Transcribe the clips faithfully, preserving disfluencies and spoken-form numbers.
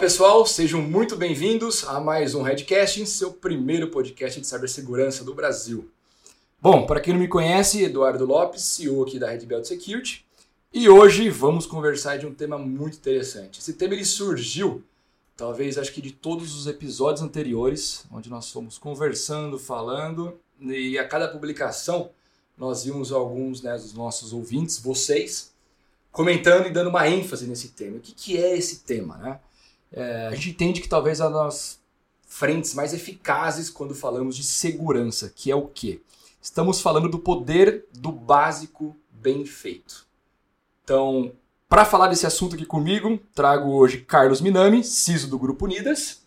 pessoal, sejam muito bem-vindos a mais um Redcast, seu primeiro podcast de cibersegurança do Brasil. Bom, para quem não me conhece, Eduardo Lopes, C E O aqui da Red Belt Security, e hoje vamos conversar de um tema muito interessante. Esse tema ele surgiu, talvez acho que de todos os episódios anteriores, onde nós fomos conversando, falando, e a cada publicação nós vimos alguns, né, dos nossos ouvintes, vocês, comentando e dando uma ênfase nesse tema. O que, que é esse tema, né? É, a gente entende que talvez as das frentes mais eficazes quando falamos de segurança, que é o quê? Estamos falando do poder do básico bem feito. Então, para falar desse assunto aqui comigo, trago hoje Carlos Minami, C I S O do Grupo Unidas,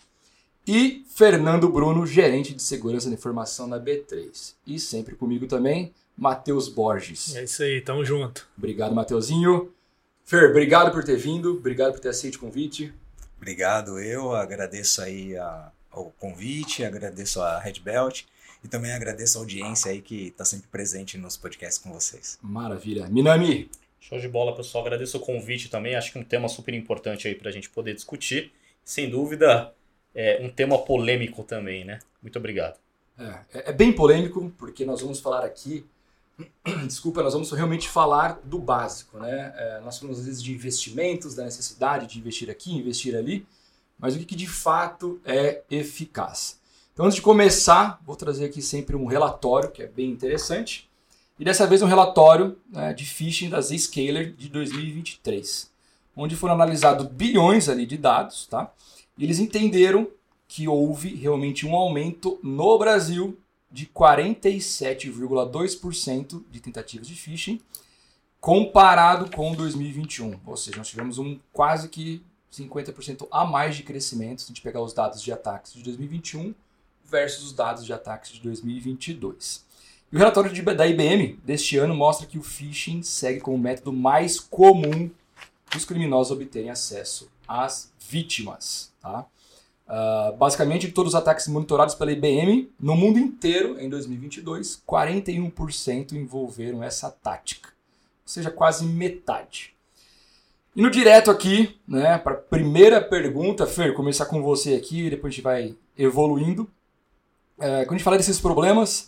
e Fernando Bruno, gerente de segurança da informação na B três. E sempre comigo também, Matheus Borges. É isso aí, tamo junto. Obrigado, Mateuzinho. Fer, obrigado por ter vindo, obrigado por ter aceito o convite. Obrigado, eu agradeço aí a, o convite, agradeço a Red Belt e também agradeço a audiência aí que está sempre presente nos podcasts com vocês. Maravilha. Minami. Show de bola, pessoal. Agradeço o convite também. Acho que é um tema super importante aí para a gente poder discutir. Sem dúvida, é um tema polêmico também, né? Muito obrigado. É, é bem polêmico, porque nós vamos falar aqui, desculpa, nós vamos realmente falar do básico, né? É, nós falamos às vezes de investimentos, da necessidade de investir aqui, investir ali, mas o que, que de fato é eficaz. Então, antes de começar, vou trazer aqui sempre um relatório, que é bem interessante, e dessa vez um relatório, né, de phishing da Zscaler de dois mil e vinte e três, onde foram analisados bilhões ali de dados, tá? E eles entenderam que houve realmente um aumento no Brasil de quarenta e sete vírgula dois por cento de tentativas de phishing comparado com dois mil e vinte e um. Ou seja, nós tivemos um quase que cinquenta por cento a mais de crescimento se a gente pegar os dados de ataques de dois mil e vinte e um versus os dados de ataques de dois mil e vinte e dois. E o relatório de, da I B M deste ano mostra que o phishing segue como o método mais comum dos criminosos obterem acesso às vítimas, tá? Uh, basicamente, de todos os ataques monitorados pela I B M, no mundo inteiro, em dois mil e vinte e dois, quarenta e um por cento envolveram essa tática. Ou seja, quase metade. E no direto aqui, né, para a primeira pergunta, Fer, começar com você aqui, depois a gente vai evoluindo. Uh, quando a gente fala desses problemas,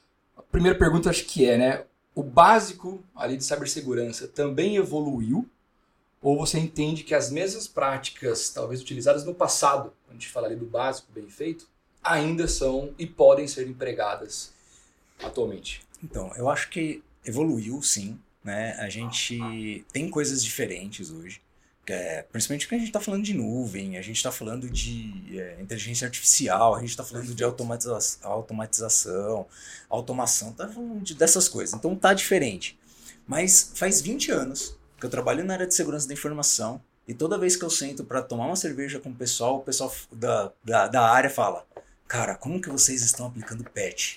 a primeira pergunta acho que é, né, o básico ali de cibersegurança também evoluiu? Ou você entende que as mesmas práticas, talvez utilizadas no passado, quando a gente fala ali do básico bem feito, ainda são e podem ser empregadas atualmente? Então, eu acho que evoluiu sim, né? A gente tem coisas diferentes hoje, é, principalmente porque a gente está falando de nuvem, a gente está falando de é, inteligência artificial, a gente está falando de automatiza- automatização, automação, tá falando de, dessas coisas. Então tá diferente. Mas faz vinte anos que eu trabalho na área de segurança da informação e toda vez que eu sento para tomar uma cerveja com o pessoal, o pessoal da, da, da área fala: cara, como que vocês estão aplicando patch?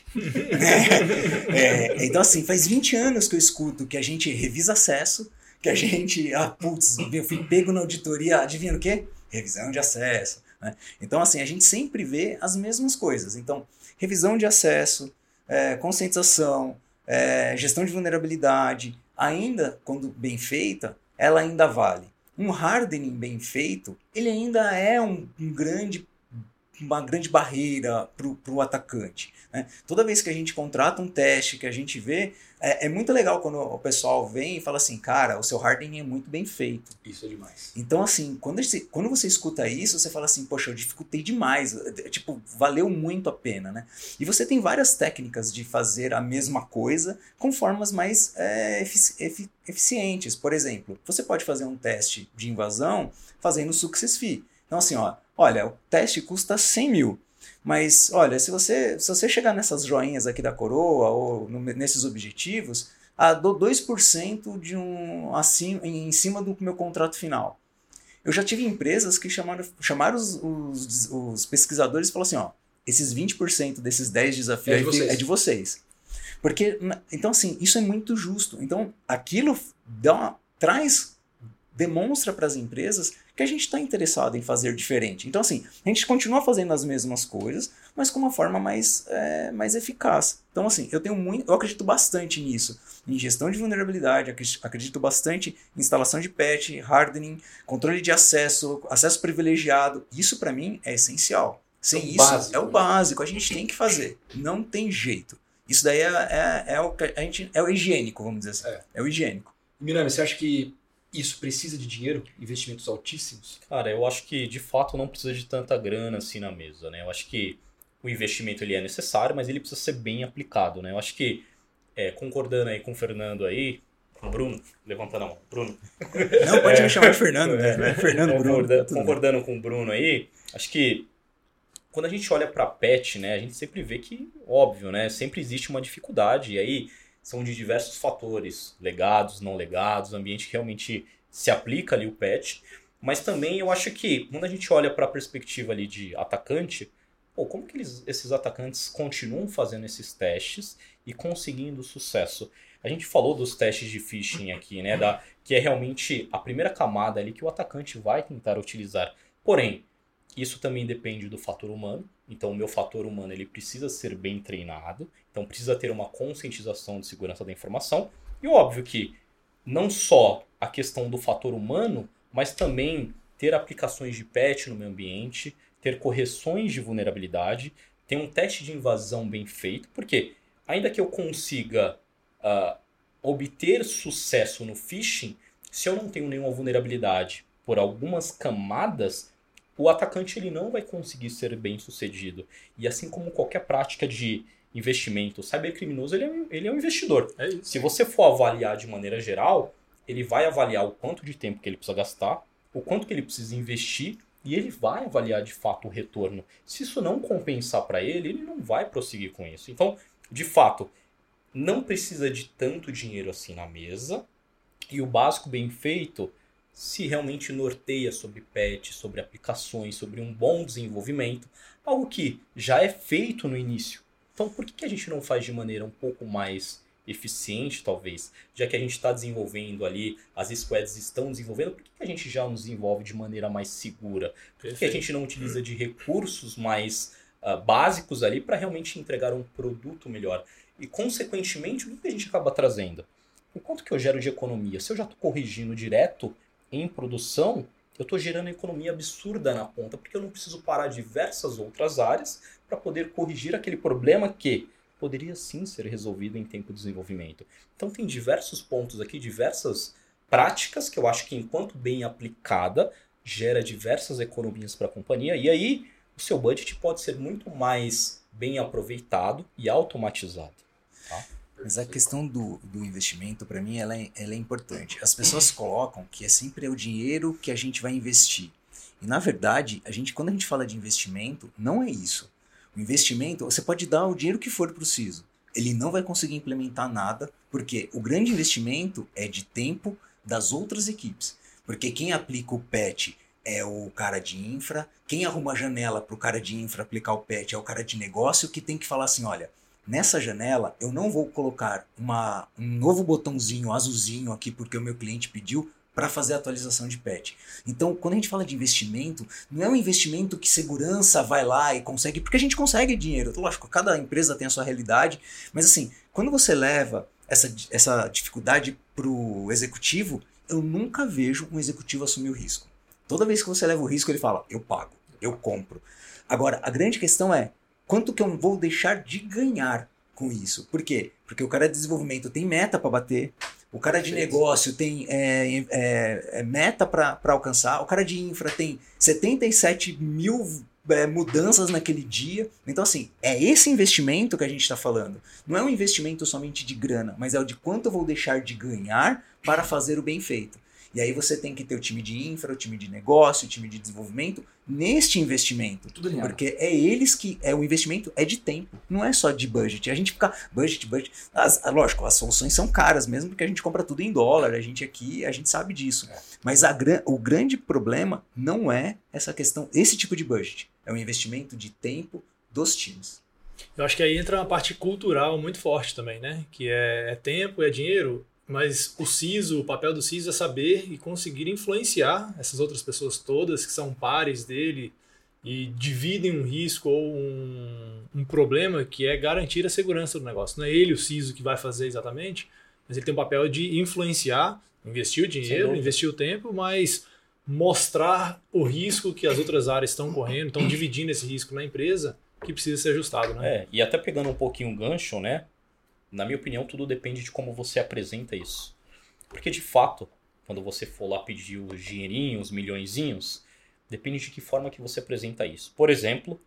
é, então assim, faz vinte anos que eu escuto que a gente revisa acesso, que a gente, ah, putz, eu fui pego na auditoria, adivinha o quê? Revisão de acesso. Né? Então assim, a gente sempre vê as mesmas coisas. Então, revisão de acesso, é, conscientização, é, gestão de vulnerabilidade, ainda, quando bem feita, ela ainda vale. Um hardening bem feito, ele ainda é um, um grande, uma grande barreira para o atacante. Né? Toda vez que a gente contrata um teste, que a gente vê, é, é muito legal quando o pessoal vem e fala assim, cara, o seu hardening é muito bem feito. Isso é demais. Então, assim, quando, esse, quando você escuta isso, você fala assim, poxa, eu dificultei demais. Tipo, valeu muito a pena, né? E você tem várias técnicas de fazer a mesma coisa com formas mais é, efici- efici- eficientes. Por exemplo, você pode fazer um teste de invasão fazendo success fee. Então, assim, ó, olha, o teste custa cem mil. Mas, olha, se você, se você chegar nessas joinhas aqui da coroa ou no, nesses objetivos, ah, dou dois por cento de um, assim, em cima do meu contrato final. Eu já tive empresas que chamaram, chamaram os, os, os pesquisadores e falaram assim, ó, esses vinte por cento desses dez desafios é de vocês. É de vocês. Porque, então assim, isso é muito justo. Então, aquilo dá uma, traz... demonstra para as empresas que a gente está interessado em fazer diferente. Então, assim, a gente continua fazendo as mesmas coisas, mas com uma forma mais, é, mais eficaz. Então, assim, eu tenho muito, eu acredito bastante nisso, em gestão de vulnerabilidade, acredito bastante em instalação de patch, hardening, controle de acesso, acesso privilegiado. Isso, para mim, é essencial. Sem é isso, básico, é o né? básico, a gente tem que fazer. Não tem jeito. Isso daí é, é, é, o, a gente, é o higiênico, vamos dizer assim. É, é o higiênico. Minami, você acha que isso precisa de dinheiro? Investimentos altíssimos? Cara, eu acho que de fato não precisa de tanta grana assim na mesa, né? Eu acho que o investimento ele é necessário, mas ele precisa ser bem aplicado, né? Eu acho que, é, concordando aí com o Fernando aí, com o Bruno, levantando a mão, Bruno. Não, pode é, me chamar de Fernando, né? É, Fernando, Bruno. Concordando, concordando com o Bruno aí, acho que quando a gente olha para patch, né, a gente sempre vê que, óbvio, né, sempre existe uma dificuldade, e aí são de diversos fatores, legados, não legados, ambiente que realmente se aplica ali o patch, mas também eu acho que quando a gente olha para a perspectiva ali de atacante, pô, como que eles, esses atacantes continuam fazendo esses testes e conseguindo sucesso? A gente falou dos testes de phishing aqui, né, da, que é realmente a primeira camada ali que o atacante vai tentar utilizar, porém, isso também depende do fator humano. Então, o meu fator humano ele precisa ser bem treinado. Então, precisa ter uma conscientização de segurança da informação. E óbvio que não só a questão do fator humano, mas também ter aplicações de patch no meu ambiente, ter correções de vulnerabilidade, ter um teste de invasão bem feito. Porque, ainda que eu consiga uh, obter sucesso no phishing, se eu não tenho nenhuma vulnerabilidade por algumas camadas, o atacante ele não vai conseguir ser bem sucedido. E assim como qualquer prática de investimento, o cybercriminoso ele é, um, ele é um investidor. É isso. Se você for avaliar de maneira geral, ele vai avaliar o quanto de tempo que ele precisa gastar, o quanto que ele precisa investir, e ele vai avaliar de fato o retorno. Se isso não compensar para ele, ele não vai prosseguir com isso. Então, de fato, não precisa de tanto dinheiro assim na mesa, e o básico bem feito se realmente norteia sobre patch, sobre aplicações, sobre um bom desenvolvimento, algo que já é feito no início. Então, por que a gente não faz de maneira um pouco mais eficiente, talvez? Já que a gente está desenvolvendo ali, as squads estão desenvolvendo, por que a gente já não desenvolve de maneira mais segura? Por que a gente não utiliza de recursos mais uh, básicos ali para realmente entregar um produto melhor? E, consequentemente, o que a gente acaba trazendo? O quanto que eu gero de economia? Se eu já estou corrigindo direto em produção, eu estou gerando economia absurda na ponta, porque eu não preciso parar diversas outras áreas para poder corrigir aquele problema que poderia sim ser resolvido em tempo de desenvolvimento. Então tem diversos pontos aqui, diversas práticas que eu acho que enquanto bem aplicada, gera diversas economias para a companhia, e aí o seu budget pode ser muito mais bem aproveitado e automatizado. Tá? Mas a questão do, do investimento, para mim, ela é, ela é importante. As pessoas colocam que é sempre o dinheiro que a gente vai investir. E, na verdade, a gente, quando a gente fala de investimento, não é isso. O investimento, você pode dar o dinheiro que for para o C I S O. Ele não vai conseguir implementar nada, porque o grande investimento é de tempo das outras equipes. Porque quem aplica o patch é o cara de infra, quem arruma a janela para o cara de infra aplicar o patch é o cara de negócio, que tem que falar assim, olha, nessa janela eu não vou colocar uma, um novo botãozinho azulzinho aqui porque o meu cliente pediu para fazer a atualização de patch. Então, quando a gente fala de investimento, não é um investimento que segurança vai lá e consegue, porque a gente consegue dinheiro. Lógico, cada empresa tem a sua realidade, mas assim, quando você leva essa, essa dificuldade para o executivo, eu nunca vejo um executivo assumir o risco. Toda vez que você leva o risco, ele fala, eu pago, eu compro. Agora, a grande questão é, quanto que eu vou deixar de ganhar com isso? Por quê? Porque o cara de desenvolvimento tem meta para bater, o cara de negócio tem é, é, é meta para alcançar, o cara de infra tem setenta e sete mil é, mudanças naquele dia. Então, assim, é esse investimento que a gente está falando. Não é um investimento somente de grana, mas é o de quanto eu vou deixar de ganhar para fazer o bem feito. E aí você tem que ter o time de infra, o time de negócio, o time de desenvolvimento neste investimento. Tudo alinhado. Porque é eles que... é o investimento é de tempo, não é só de budget. A gente fica... Budget, budget... As, lógico, as soluções são caras mesmo, porque a gente compra tudo em dólar. A gente aqui, a gente sabe disso. É. Mas a, o grande problema não é essa questão, esse tipo de budget. É um investimento de tempo dos times. Eu acho que aí entra uma parte cultural muito forte também, né? Que é, é tempo, é dinheiro... Mas o C I S O, o papel do C I S O é saber e conseguir influenciar essas outras pessoas todas que são pares dele e dividem um risco ou um, um problema que é garantir a segurança do negócio. Não é ele, o C I S O, que vai fazer exatamente, mas ele tem o papel de influenciar, investir o dinheiro, investir o tempo, mas mostrar o risco que as outras áreas estão correndo, estão dividindo esse risco na empresa, que precisa ser ajustado, né? É, e até pegando um pouquinho o gancho, né? Na minha opinião, tudo depende de como você apresenta isso. Porque, de fato, quando você for lá pedir os dinheirinhos, os milhõezinhos, depende de que forma que você apresenta isso. Por exemplo,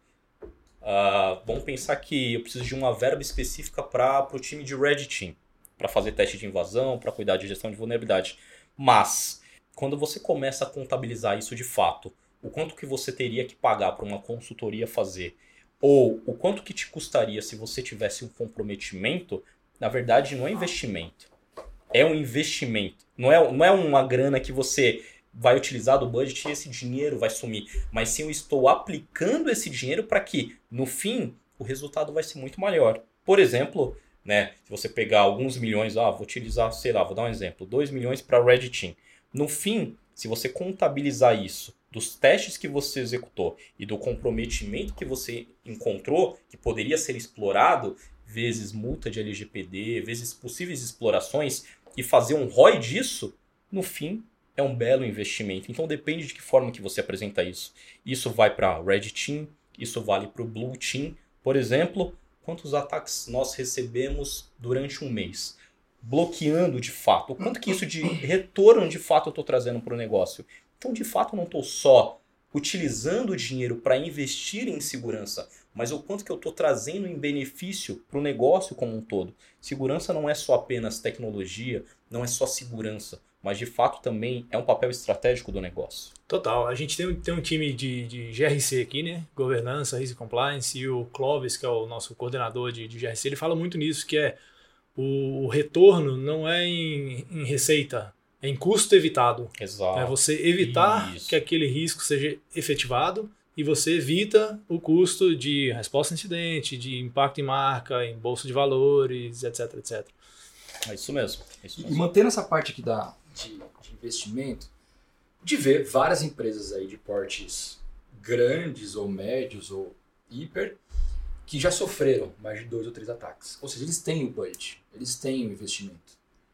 uh, vamos pensar que eu preciso de uma verba específica para o time de Red Team, para fazer teste de invasão, para cuidar de gestão de vulnerabilidade. Mas, quando você começa a contabilizar isso de fato, o quanto que você teria que pagar para uma consultoria fazer, ou o quanto que te custaria se você tivesse um comprometimento, na verdade não é investimento. É um investimento. Não é, não é uma grana que você vai utilizar do budget e esse dinheiro vai sumir. Mas sim eu estou aplicando esse dinheiro para que, no fim, o resultado vai ser muito maior. Por exemplo, né, se você pegar alguns milhões, ah, vou utilizar, sei lá, vou dar um exemplo, dois milhões para Red Team. No fim, se você contabilizar isso, dos testes que você executou e do comprometimento que você encontrou, que poderia ser explorado, vezes multa de L G P D, vezes possíveis explorações, e fazer um R O I disso, no fim, é um belo investimento. Então depende de que forma que você apresenta isso. Isso vai para Red Team, isso vale para o Blue Team. Por exemplo, quantos ataques nós recebemos durante um mês? Bloqueando de fato. O quanto que isso de retorno de fato eu estou trazendo para o negócio? Então, de fato, eu não estou só utilizando o dinheiro para investir em segurança, mas o quanto que eu estou trazendo em benefício para o negócio como um todo. Segurança não é só apenas tecnologia, não é só segurança, mas de fato também é um papel estratégico do negócio. Total. A gente tem, um- tem um time de, de G R C aqui, né? Governança, Risk Compliance, e o Clovis, que é o nosso coordenador de, de G R C, ele fala muito nisso, que é o, o retorno não é em, em receita, é em custo evitado. Exato. É você evitar Isso. que aquele risco seja efetivado e você evita o custo de resposta a incidente, de impacto em marca, em bolsa de valores, etc, etcétera. É isso mesmo. É isso E mesmo. mantendo essa parte aqui da, de, de investimento, de ver várias empresas aí de portes grandes ou médios ou hiper que já sofreram mais de dois ou três ataques. Ou seja, eles têm o budget, eles têm o investimento.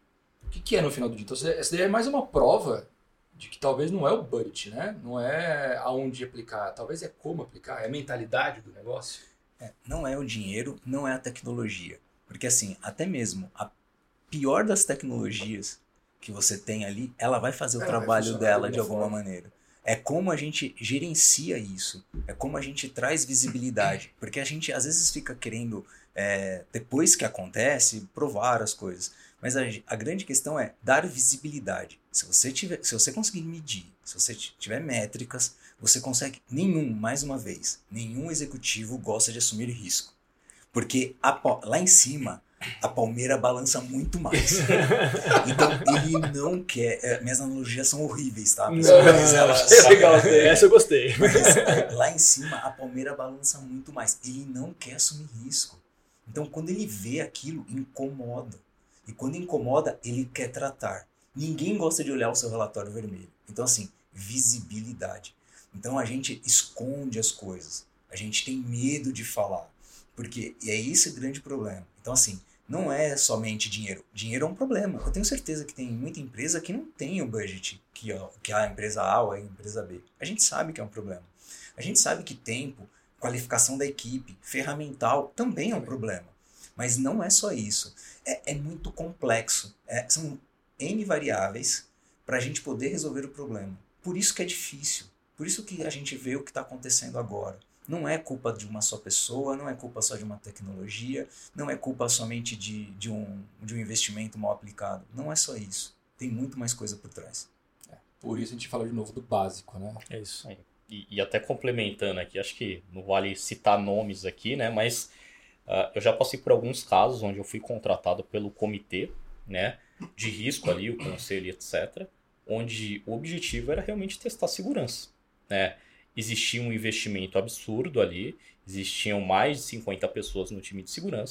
O que, que é no final do dia? Então, essa daí é mais uma prova de que talvez não é o budget, né? Não é aonde aplicar, talvez é como aplicar, é a mentalidade do negócio. É, não é o dinheiro, não é a tecnologia. Porque assim, até mesmo a pior das tecnologias que você tem ali, ela vai fazer o Ela vai trabalho funcionar dela de de alguma alguma maneira. É como a gente gerencia isso. É como a gente traz visibilidade. Porque a gente às vezes fica querendo, é, depois que acontece, provar as coisas. Mas a, a grande questão é dar visibilidade. Se você, tiver, se você conseguir medir, se você tiver métricas, você consegue. Nenhum, mais uma vez, nenhum executivo gosta de assumir risco. Porque a, pa- lá em cima, a palmeira balança muito mais. Então, ele não quer. é, minhas analogias são horríveis, tá? pessoal? Mas elas- é legal. Essa eu gostei. mas, é, lá em cima, a palmeira balança muito mais. Ele não quer assumir risco. Então, quando ele vê aquilo, incomoda. E quando incomoda, ele quer tratar. Ninguém gosta de olhar o seu relatório vermelho. Então, assim, visibilidade. Então, a gente esconde as coisas. A gente tem medo de falar. Porque e é esse o grande problema. Então, assim, não é somente dinheiro. Dinheiro é um problema. Eu tenho certeza que tem muita empresa que não tem o budget que, ó, que a empresa A ou a empresa B. A gente sabe que é um problema. A gente sabe que tempo, qualificação da equipe, ferramental também é um problema. Mas não é só isso. É, é muito complexo. É, são N variáveis para a gente poder resolver o problema. Por isso que é difícil. Por isso que a gente vê o que está acontecendo agora. Não é culpa de uma só pessoa, não é culpa só de uma tecnologia, não é culpa somente de, de, um, de um investimento mal aplicado. Não é só isso. Tem muito mais coisa por trás. Por isso a gente fala de novo do básico, né? É isso. E, e até complementando aqui, acho que não vale citar nomes aqui, né? Mas uh, eu já passei por alguns casos onde eu fui contratado pelo comitê, né, de risco ali, o conselho, etcétera, onde o objetivo era realmente testar segurança, né? Existia um investimento absurdo ali, existiam mais de cinquenta pessoas no time de segurança,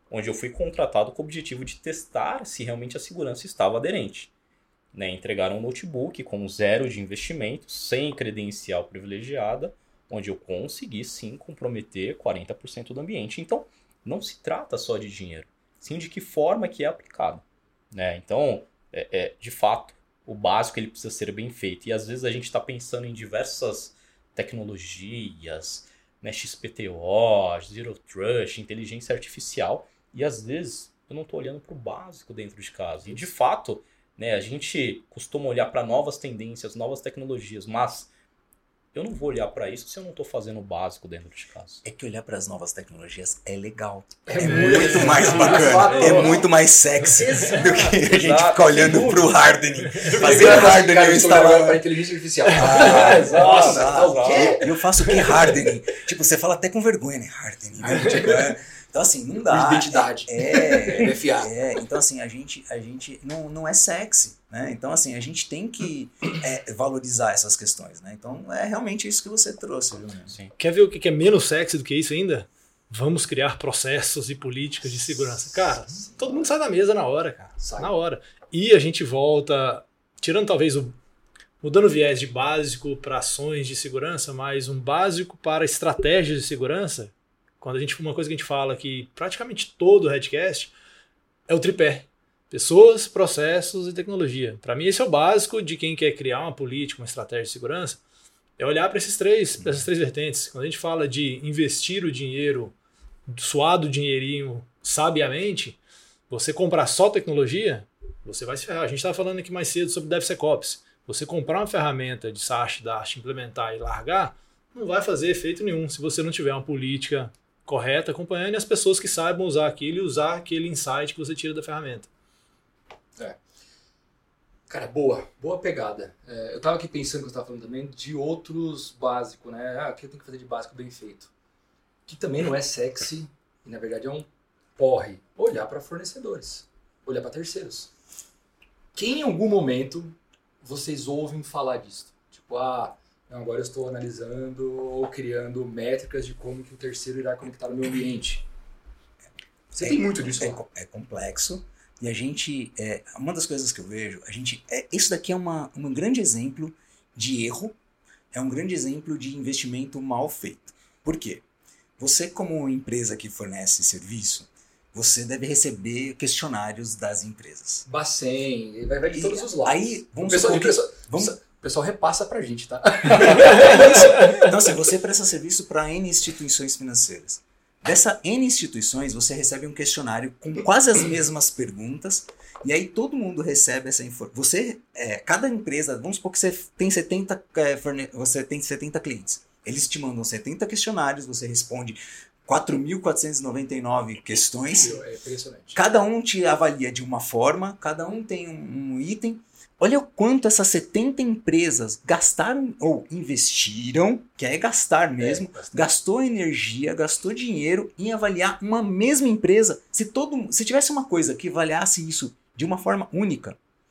onde eu fui contratado com o objetivo de testar se realmente a segurança estava aderente. Né? Entregaram um notebook com zero de investimento, sem credencial privilegiada, onde eu consegui sim comprometer quarenta por cento do ambiente. Então, não se trata só de dinheiro, sim de que forma que é aplicado. Né? Então, é, é, de fato, o básico ele precisa ser bem feito. E às vezes a gente está pensando em diversas tecnologias, né, X P T O, Zero Trust, inteligência artificial, e às vezes eu não estou olhando para o básico dentro de casa. E de fato, né, a gente costuma olhar para novas tendências, novas tecnologias, mas eu não vou olhar para isso se eu não estou fazendo o básico dentro de casa. É que olhar para as novas tecnologias é legal. É, É muito muito mais bacana. É muito mais sexy do que a gente ficar olhando pro hardening. Fazer hardening e instalar para inteligência artificial. Ah, Nossa, ah, tá o quê? eu faço o que hardening? Tipo, você fala até com vergonha, né? Hardening, né? Tipo, é. Então, assim, não dá. Identidade. É, B F A. é, então, assim, a gente, a gente não, não é sexy, né? Então, assim, a gente tem que é, valorizar essas questões, né? Então, é realmente isso que você trouxe, viu? Sim. Quer ver o que é menos sexy do que isso ainda? Vamos criar processos e políticas de segurança. Cara, todo mundo sai da mesa na hora, cara. Sai. Na hora. E a gente volta, tirando talvez o... mudando o viés de básico para ações de segurança, mas um básico para estratégias de segurança. Quando a gente, uma coisa que a gente fala que praticamente todo o Redcast é o tripé. Pessoas, processos e tecnologia. Para mim esse é o básico de quem quer criar uma política, uma estratégia de segurança. É olhar para esses três, para essas três vertentes. Quando a gente fala de investir o dinheiro, suar do dinheirinho sabiamente, você comprar só tecnologia, você vai se ferrar. A gente estava falando aqui mais cedo sobre DevSecOps. Você comprar uma ferramenta de SAST, DAST, implementar e largar, não vai fazer efeito nenhum se você não tiver uma política correta, acompanhando e as pessoas que saibam usar aquilo e usar aquele insight que você tira da ferramenta. É. Cara, boa, boa pegada. É, eu tava aqui pensando, que você estava falando também, de outros básicos, né? Ah, o que eu tenho que fazer de básico bem feito? Que também não é sexy, e na verdade é um porre. Olhar para fornecedores, olhar para terceiros. Quem em algum momento vocês ouvem falar disso? Tipo, ah, não, agora eu estou analisando ou criando métricas de como que o terceiro irá conectar no meu ambiente. Você é, tem muito disso é, lá. é complexo. E a gente, é, uma das coisas que eu vejo, a gente, é, isso daqui é uma, um grande exemplo de erro, é um grande exemplo de investimento mal feito. Por quê? Você, como empresa que fornece serviço, você deve receber questionários das empresas. Bacen, vai, vai de E todos os lados. aí, vamos o pessoal, supor que- pessoal, vamos- o pessoal repassa pra gente, tá? É isso. Então, assim, você presta serviço para N instituições financeiras. Dessa N instituições, você recebe um questionário com quase as mesmas perguntas, e aí todo mundo recebe essa informação. Você, é, cada empresa, vamos supor que você tem setenta, é, forne- você tem setenta clientes. Eles te mandam setenta questionários, você responde quatro mil quatrocentas e noventa e nove questões. É impressionante. Cada um te avalia de uma forma, cada um tem um, um item. Olha o quanto essas setenta empresas gastaram ou investiram, que é gastar mesmo, É, bastante. gastou energia, gastou dinheiro em avaliar uma mesma empresa. Se todo, se tivesse uma coisa que avaliasse isso de uma forma única,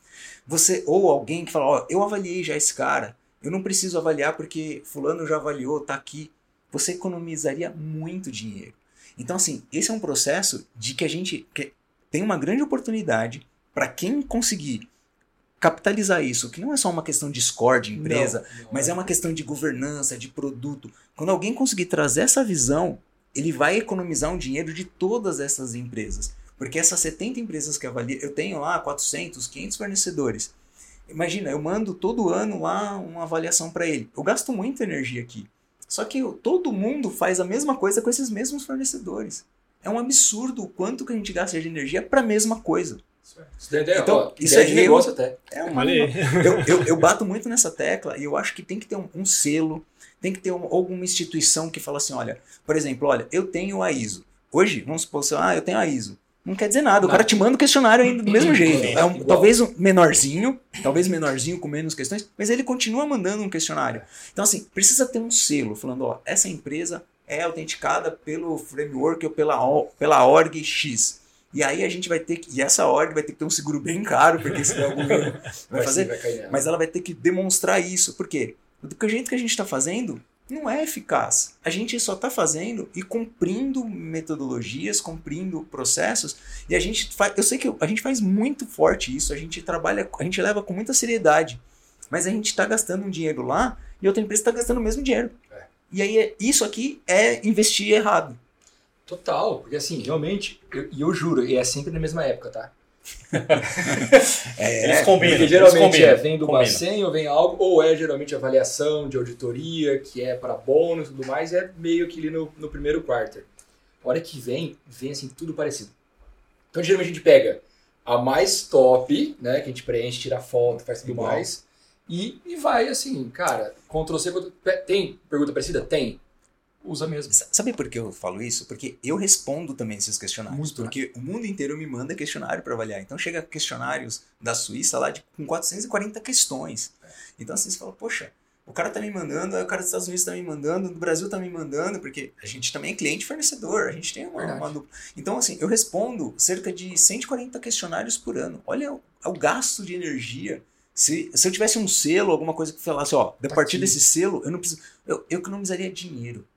você ou alguém que fala, ó, eu avaliei já esse cara, eu não preciso avaliar porque fulano já avaliou, tá aqui, você economizaria muito dinheiro. Então, assim, esse é um processo de que a gente que tem uma grande oportunidade para quem conseguir capitalizar isso, que não é só uma questão de score de empresa, Não, não mas é uma questão de governança, de produto. Quando alguém conseguir trazer essa visão, ele vai economizar um dinheiro de todas essas empresas. Porque essas setenta empresas que avaliam, eu tenho lá quatrocentos, quinhentos fornecedores. Imagina, eu mando todo ano lá uma avaliação para ele. Eu gasto muita energia aqui. Só que eu- todo mundo faz a mesma coisa com esses mesmos fornecedores. É um absurdo o quanto que a gente gasta de energia para a mesma coisa. Isso daí é, Então, ó, isso ideia é de erro. negócio até. É uma, Olha aí. eu, eu, eu bato muito nessa tecla e eu acho que tem que ter um, um selo, tem que ter um, alguma instituição que fala assim, olha, por exemplo, olha, eu tenho a I S O. Hoje, vamos supor, assim, ah, eu tenho a I S O. Não quer dizer nada, o cara te manda o questionário ainda do mesmo jeito. É um, Igual. talvez um menorzinho, talvez menorzinho com menos questões, mas ele continua mandando um questionário. Então, assim, precisa ter um selo falando, ó, essa empresa é autenticada pelo framework ou pela, o- pela org X. E aí a gente vai ter que, e essa org vai ter que ter um seguro bem caro, porque se der algum erro vai sim, fazer, vai cair nela. mas ela vai ter que demonstrar isso. Por quê? Do jeito que a gente está fazendo, não é eficaz. A gente só está fazendo e cumprindo metodologias, cumprindo processos, e a gente faz, eu sei que a gente faz muito forte isso, a gente trabalha, a gente leva com muita seriedade, mas a gente está gastando um dinheiro lá e outra empresa está gastando o mesmo dinheiro. É. E aí isso aqui é investir errado. Total, porque assim, realmente, e eu, eu juro, e é sempre na mesma época, tá? é, eles combinam. Porque geralmente eles combinam, é, vem do Bacen ou vem algo, ou é geralmente avaliação de auditoria, que é para bônus e tudo mais, é meio que ali no, no primeiro quarter. A hora que vem, vem assim, tudo parecido. Então geralmente a gente pega a mais top, né, que a gente preenche, tira foto, faz tudo Igual. mais, e, e vai assim, cara, Ctrl C, Ctrl... tem pergunta parecida? Tem. Usa mesmo. Sabe por que eu falo isso? Porque eu respondo também esses questionários. Muito, porque né? O mundo inteiro me manda questionário para avaliar. Então chega questionários da Suíça lá de, com quatrocentas e quarenta questões. Então assim, você fala, poxa, o cara tá me mandando, aí o cara dos Estados Unidos tá me mandando, do Brasil tá me mandando, porque a gente também é cliente e fornecedor, a gente tem uma, uma dupla. Então assim, eu respondo cerca de cento e quarenta questionários por ano. Olha o, o gasto de energia. Se, se eu tivesse um selo, alguma coisa que falasse, ó, a partir desse selo, eu não preciso, eu, eu economizaria dinheiro.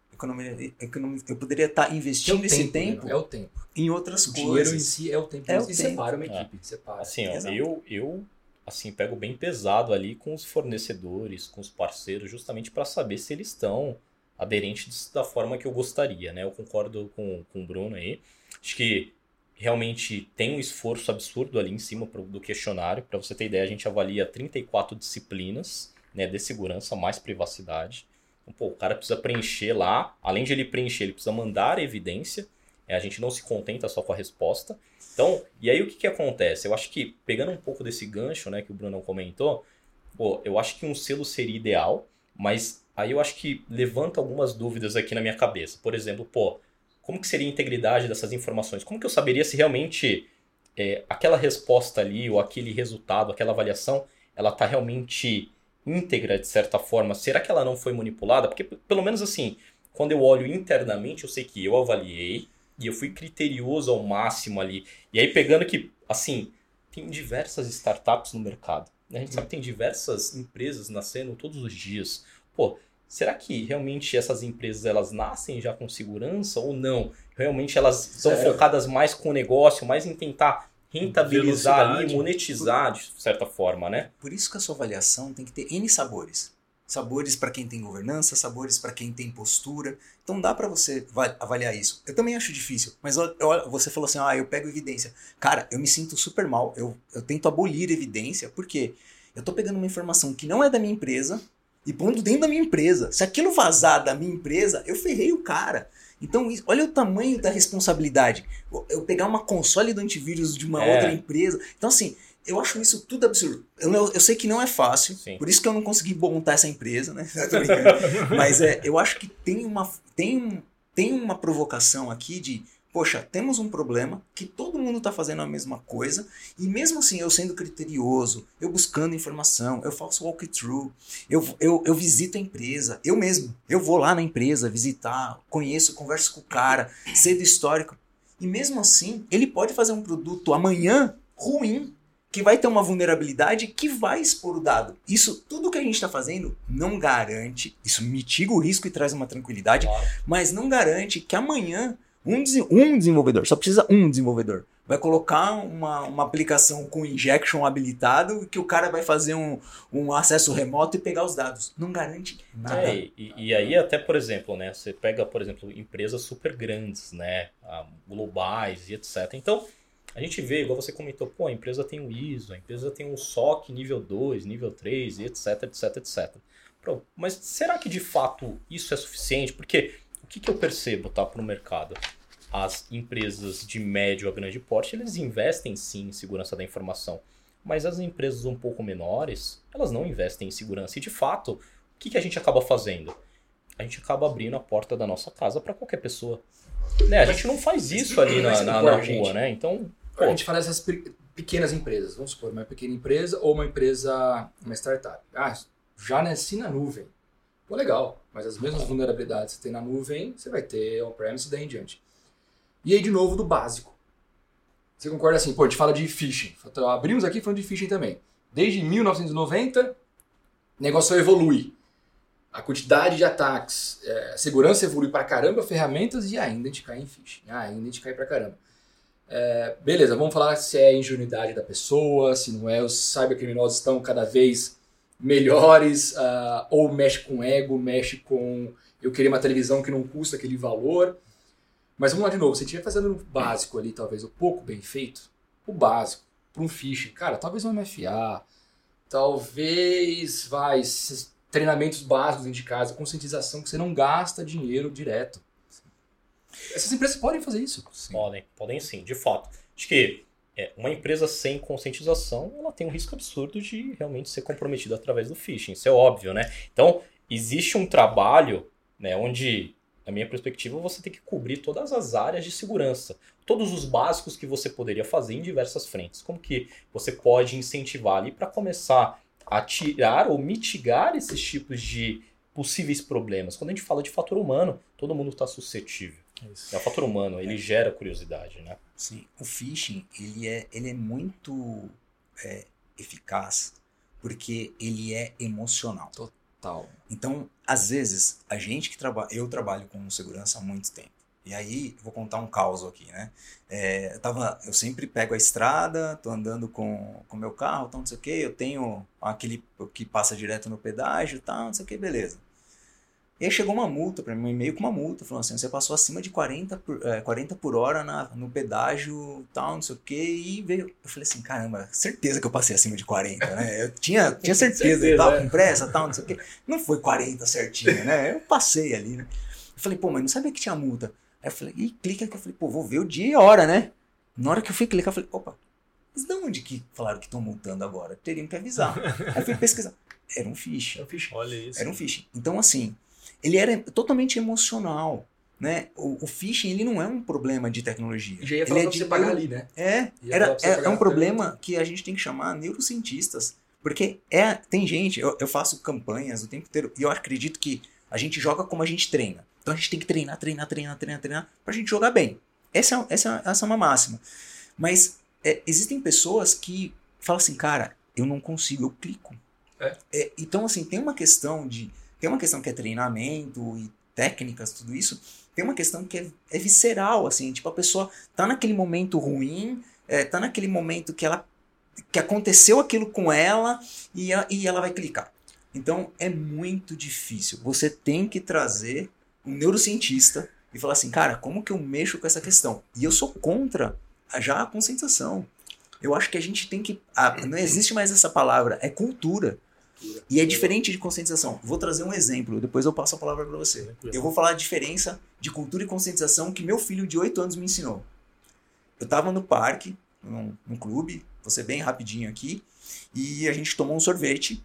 Eu poderia estar investindo é esse tempo, tempo, né? É o tempo. em outras o coisas. O dinheiro em si é o tempo. É o e tempo. separa uma equipe. É. Separa. Assim, ó, eu, eu assim, pego bem pesado ali com os fornecedores, com os parceiros, justamente para saber se eles estão aderentes da forma que eu gostaria. Né? Eu concordo com, com o Bruno aí. Acho que realmente tem um esforço absurdo ali em cima do questionário. Para você ter ideia, a gente avalia trinta e quatro disciplinas, né, de segurança, mais privacidade. Pô, o cara precisa preencher lá, além de ele preencher, ele precisa mandar a evidência, é, a gente não se contenta só com a resposta. Então, e aí o que, que acontece? Eu acho que, pegando um pouco desse gancho, né, que o Bruno comentou, pô, eu acho que um selo seria ideal, mas aí eu acho que levanta algumas dúvidas aqui na minha cabeça. Por exemplo, pô, como que seria a integridade dessas informações? Como que eu saberia se realmente é, aquela resposta ali, ou aquele resultado, aquela avaliação, ela está realmente íntegra, de certa forma? Será que ela não foi manipulada? Porque, pelo menos assim, quando eu olho internamente, eu sei que eu avaliei e eu fui criterioso ao máximo ali. E aí, pegando que, assim, tem diversas startups no mercado. Né? A gente sabe que tem diversas empresas nascendo todos os dias. Pô, será que realmente essas empresas, elas nascem já com segurança ou não? Realmente elas são Sério? focadas mais com o negócio, mais em tentar rentabilizar Velocidade. ali, monetizar de certa forma, né? Por isso que a sua avaliação tem que ter N sabores. Sabores para quem tem governança, sabores para quem tem postura. Então dá para você avaliar isso. Eu também acho difícil, mas eu, eu, você falou assim, ah, eu pego evidência. Cara, eu me sinto super mal, eu, eu tento abolir evidência, porque eu tô pegando uma informação que não é da minha empresa e pondo dentro da minha empresa. Se aquilo vazar da minha empresa, eu ferrei o cara. Então, olha o tamanho da responsabilidade. Eu pegar uma console do antivírus de uma É. outra empresa. Então, assim, eu acho isso tudo absurdo. Eu, não- eu sei que não é fácil, Sim. por isso que eu não consegui montar essa empresa, né? Eu tô brincando. Mas é, eu acho que tem uma, tem, um- tem uma provocação aqui de, poxa, temos um problema que todo mundo está fazendo a mesma coisa, e mesmo assim, eu sendo criterioso, eu buscando informação, eu faço walkthrough, eu, eu, eu visito a empresa, eu mesmo, eu vou lá na empresa visitar, conheço, converso com o cara, sei do histórico, e mesmo assim, ele pode fazer um produto amanhã ruim, que vai ter uma vulnerabilidade que vai expor o dado. Isso, tudo que a gente está fazendo, não garante, isso mitiga o risco e traz uma tranquilidade, Claro. mas não garante que amanhã um, desen- um desenvolvedor, só precisa um desenvolvedor, vai colocar uma, uma aplicação com injection habilitado que o cara vai fazer um, um acesso remoto e pegar os dados. Não garante nada. É, e, e aí até, por exemplo, né, você pega, por exemplo, empresas super grandes, né, ah, globais e etcétera. Então, a gente vê, igual você comentou, pô, a empresa tem o I S O, a empresa tem um S O C nível dois, nível três, e etc, etc, etcétera. Pô, mas será que de fato isso é suficiente? Porque o que, que eu percebo, tá, para o mercado? As empresas de médio a grande porte, eles investem sim em segurança da informação. Mas as empresas um pouco menores, elas não investem em segurança. E de fato, o que, que a gente acaba fazendo? A gente acaba abrindo a porta da nossa casa para qualquer pessoa. Né? A gente não faz isso ali na, Mas na, concorda, na rua, gente? né? Então, A pô, gente fala dessas pe- pequenas empresas, vamos supor, uma pequena empresa ou uma empresa, uma startup. Ah, já nasci na nuvem. Pô, legal, mas as mesmas vulnerabilidades que você tem na nuvem, você vai ter on-premise e daí em diante. E aí, de novo, do básico. Você concorda assim, pô, a gente fala de phishing. Então, abrimos aqui falando de phishing também. Desde mil novecentos e noventa, o negócio evolui. a quantidade de ataques, é, a segurança evolui pra caramba, ferramentas e ainda a gente cai em phishing, ainda a gente cai pra caramba. É, beleza, vamos falar se é a ingenuidade da pessoa, se não é, os cybercriminosos estão cada vez melhores, uh, ou mexe com ego, mexe com eu querer uma televisão que não custa aquele valor. Mas vamos lá de novo, se a gente estiver fazendo o básico ali, talvez o pouco bem feito, o básico, para um phishing, cara, talvez um M F A, talvez, vai, treinamentos básicos dentro de casa, conscientização que você não gasta dinheiro direto. Essas empresas podem fazer isso. Sim. Podem, podem sim, de fato. Acho que é, uma empresa sem conscientização, ela tem um risco absurdo de realmente ser comprometida através do phishing. Isso é óbvio, né? Então, existe um trabalho, né, onde, na minha perspectiva, você tem que cobrir todas as áreas de segurança. Todos os básicos que você poderia fazer em diversas frentes. Como que você pode incentivar ali para começar a tirar ou mitigar esses tipos de possíveis problemas. Quando a gente fala de fator humano, todo mundo está suscetível. Isso. É o fator humano, ele é. gera curiosidade, né? Sim, o phishing, ele é, ele é muito é, eficaz porque ele é emocional. Total. Então, às vezes, a gente que trabalha... Eu trabalho com segurança há muito tempo. E aí, vou contar um caos aqui, né? É, eu, tava, eu sempre pego a estrada, tô andando com o meu carro, então não sei o que, eu tenho aquele que passa direto no pedágio e tal, não sei o que, beleza. E aí chegou uma multa para mim, um e-mail com uma multa, falando assim, você passou acima de quarenta por, é, quarenta por hora na, no pedágio, tal, não sei o que, e veio... Eu falei assim, caramba, certeza que eu passei acima de quarenta, né? Eu tinha, tinha certeza, certeza, eu tava é. com pressa, tal, não sei o que. Não foi quarenta certinho, né? Eu passei ali, né? Eu falei, pô, mas não sabia que tinha multa. Aí eu falei, e clica aqui, eu falei, pô, vou ver o dia e a hora, né? Na hora que eu fui clicar, eu falei, opa, mas de onde que falaram que estão multando agora? Teriam que avisar. Aí eu fui pesquisar. Era um phishing. Era um phishing. Olha isso. Era um phishing. Então, assim, ele era totalmente emocional, né? O, o phishing, ele não é um problema de tecnologia. Já ia falar ele pra é você de pagar neuro... ali, né? É, era, é, é um problema tanto. Que a gente tem que chamar neurocientistas. Porque é, tem gente, eu, eu faço campanhas o tempo inteiro, e eu acredito que a gente joga como a gente treina. Então a gente tem que treinar, treinar, treinar, treinar, treinar, pra gente jogar bem. Essa, essa, essa é uma máxima. Mas é, existem pessoas que falam assim, cara, eu não consigo, eu clico. É. É, então, assim, tem uma questão de... Tem uma questão que é treinamento e técnicas, tudo isso. Tem uma questão que é, é visceral, assim. Tipo, a pessoa tá naquele momento ruim, é, tá naquele momento que ela... Que aconteceu aquilo com ela e, a, e ela vai clicar. Então, é muito difícil. Você tem que trazer um neurocientista e falar assim, cara, como que eu mexo com essa questão? E eu sou contra já a conscientização. Eu acho que a gente tem que... Ah, não existe mais essa palavra, é cultura. E é diferente de conscientização. Vou trazer um exemplo, depois eu passo a palavra para você. Eu vou falar a diferença de cultura e conscientização que meu filho de oito anos me ensinou. Eu estava no parque, num, num clube, vou ser bem rapidinho aqui, e a gente tomou um sorvete,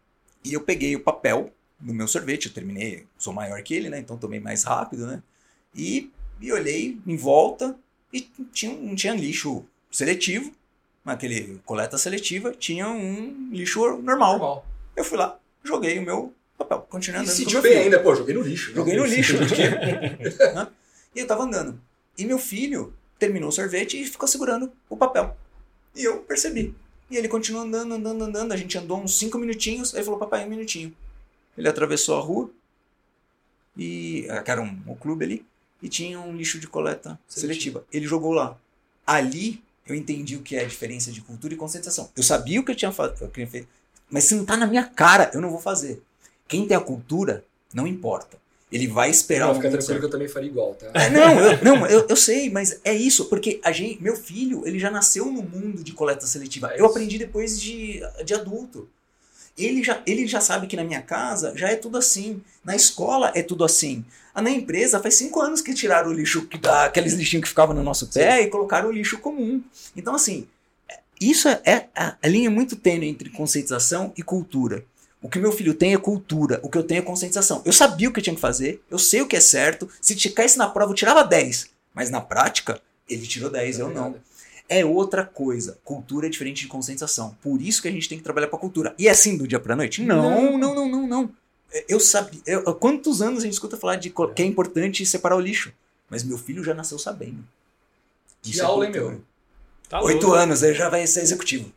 e eu peguei o papel no meu sorvete, eu terminei, sou maior que ele, né? Então tomei mais rápido, né? E, e olhei em volta e tinha, não tinha lixo seletivo, naquele coleta seletiva, tinha um lixo normal. normal. Eu fui lá, joguei o meu papel, continuei andando. E sentiu bem ainda, pô, joguei no lixo. Joguei no lixo, porque... né? E eu tava andando. E meu filho terminou o sorvete e ficou segurando o papel. E eu percebi. E ele continuou andando, andando, andando. A gente andou uns cinco minutinhos. Aí ele falou, papai, um minutinho. Ele atravessou a rua, e que era um, um clube ali, e tinha um lixo de coleta seletiva. seletiva. Ele jogou lá. Ali, eu entendi o que é a diferença de cultura e conscientização. Eu sabia o que eu tinha feito, mas se não tá na minha cara, eu não vou fazer. Quem tem a cultura, não importa. Ele vai esperar... Não, fica tranquilo que eu também faria igual, tá? É, não, eu, não eu, eu sei, mas é isso, porque a gente, meu filho, ele já nasceu no mundo de coleta seletiva. É eu aprendi depois de, de adulto. Ele já, ele já sabe que na minha casa já é tudo assim. Na escola é tudo assim. Na empresa faz cinco anos que tiraram o lixo, aqueles lixinhos que ficavam no nosso pé, sim, e colocaram o lixo comum. Então, assim, isso é, é a, a linha é muito tênue entre conscientização e cultura. O que meu filho tem é cultura, o que eu tenho é conscientização. Eu sabia o que eu tinha que fazer, eu sei o que é certo. Se caísse na prova, eu tirava dez. Mas na prática, ele tirou dez, eu não. É outra coisa. Cultura é diferente de conscientização. Por isso que a gente tem que trabalhar para a cultura. E é assim do dia para noite? Não, não, não, não, não. Eu sabia. Eu, quantos anos a gente escuta falar de que é importante separar o lixo? Mas meu filho já nasceu sabendo. Isso que é aula, hein, meu? Tá Oito louco. anos, aí já vai ser executivo.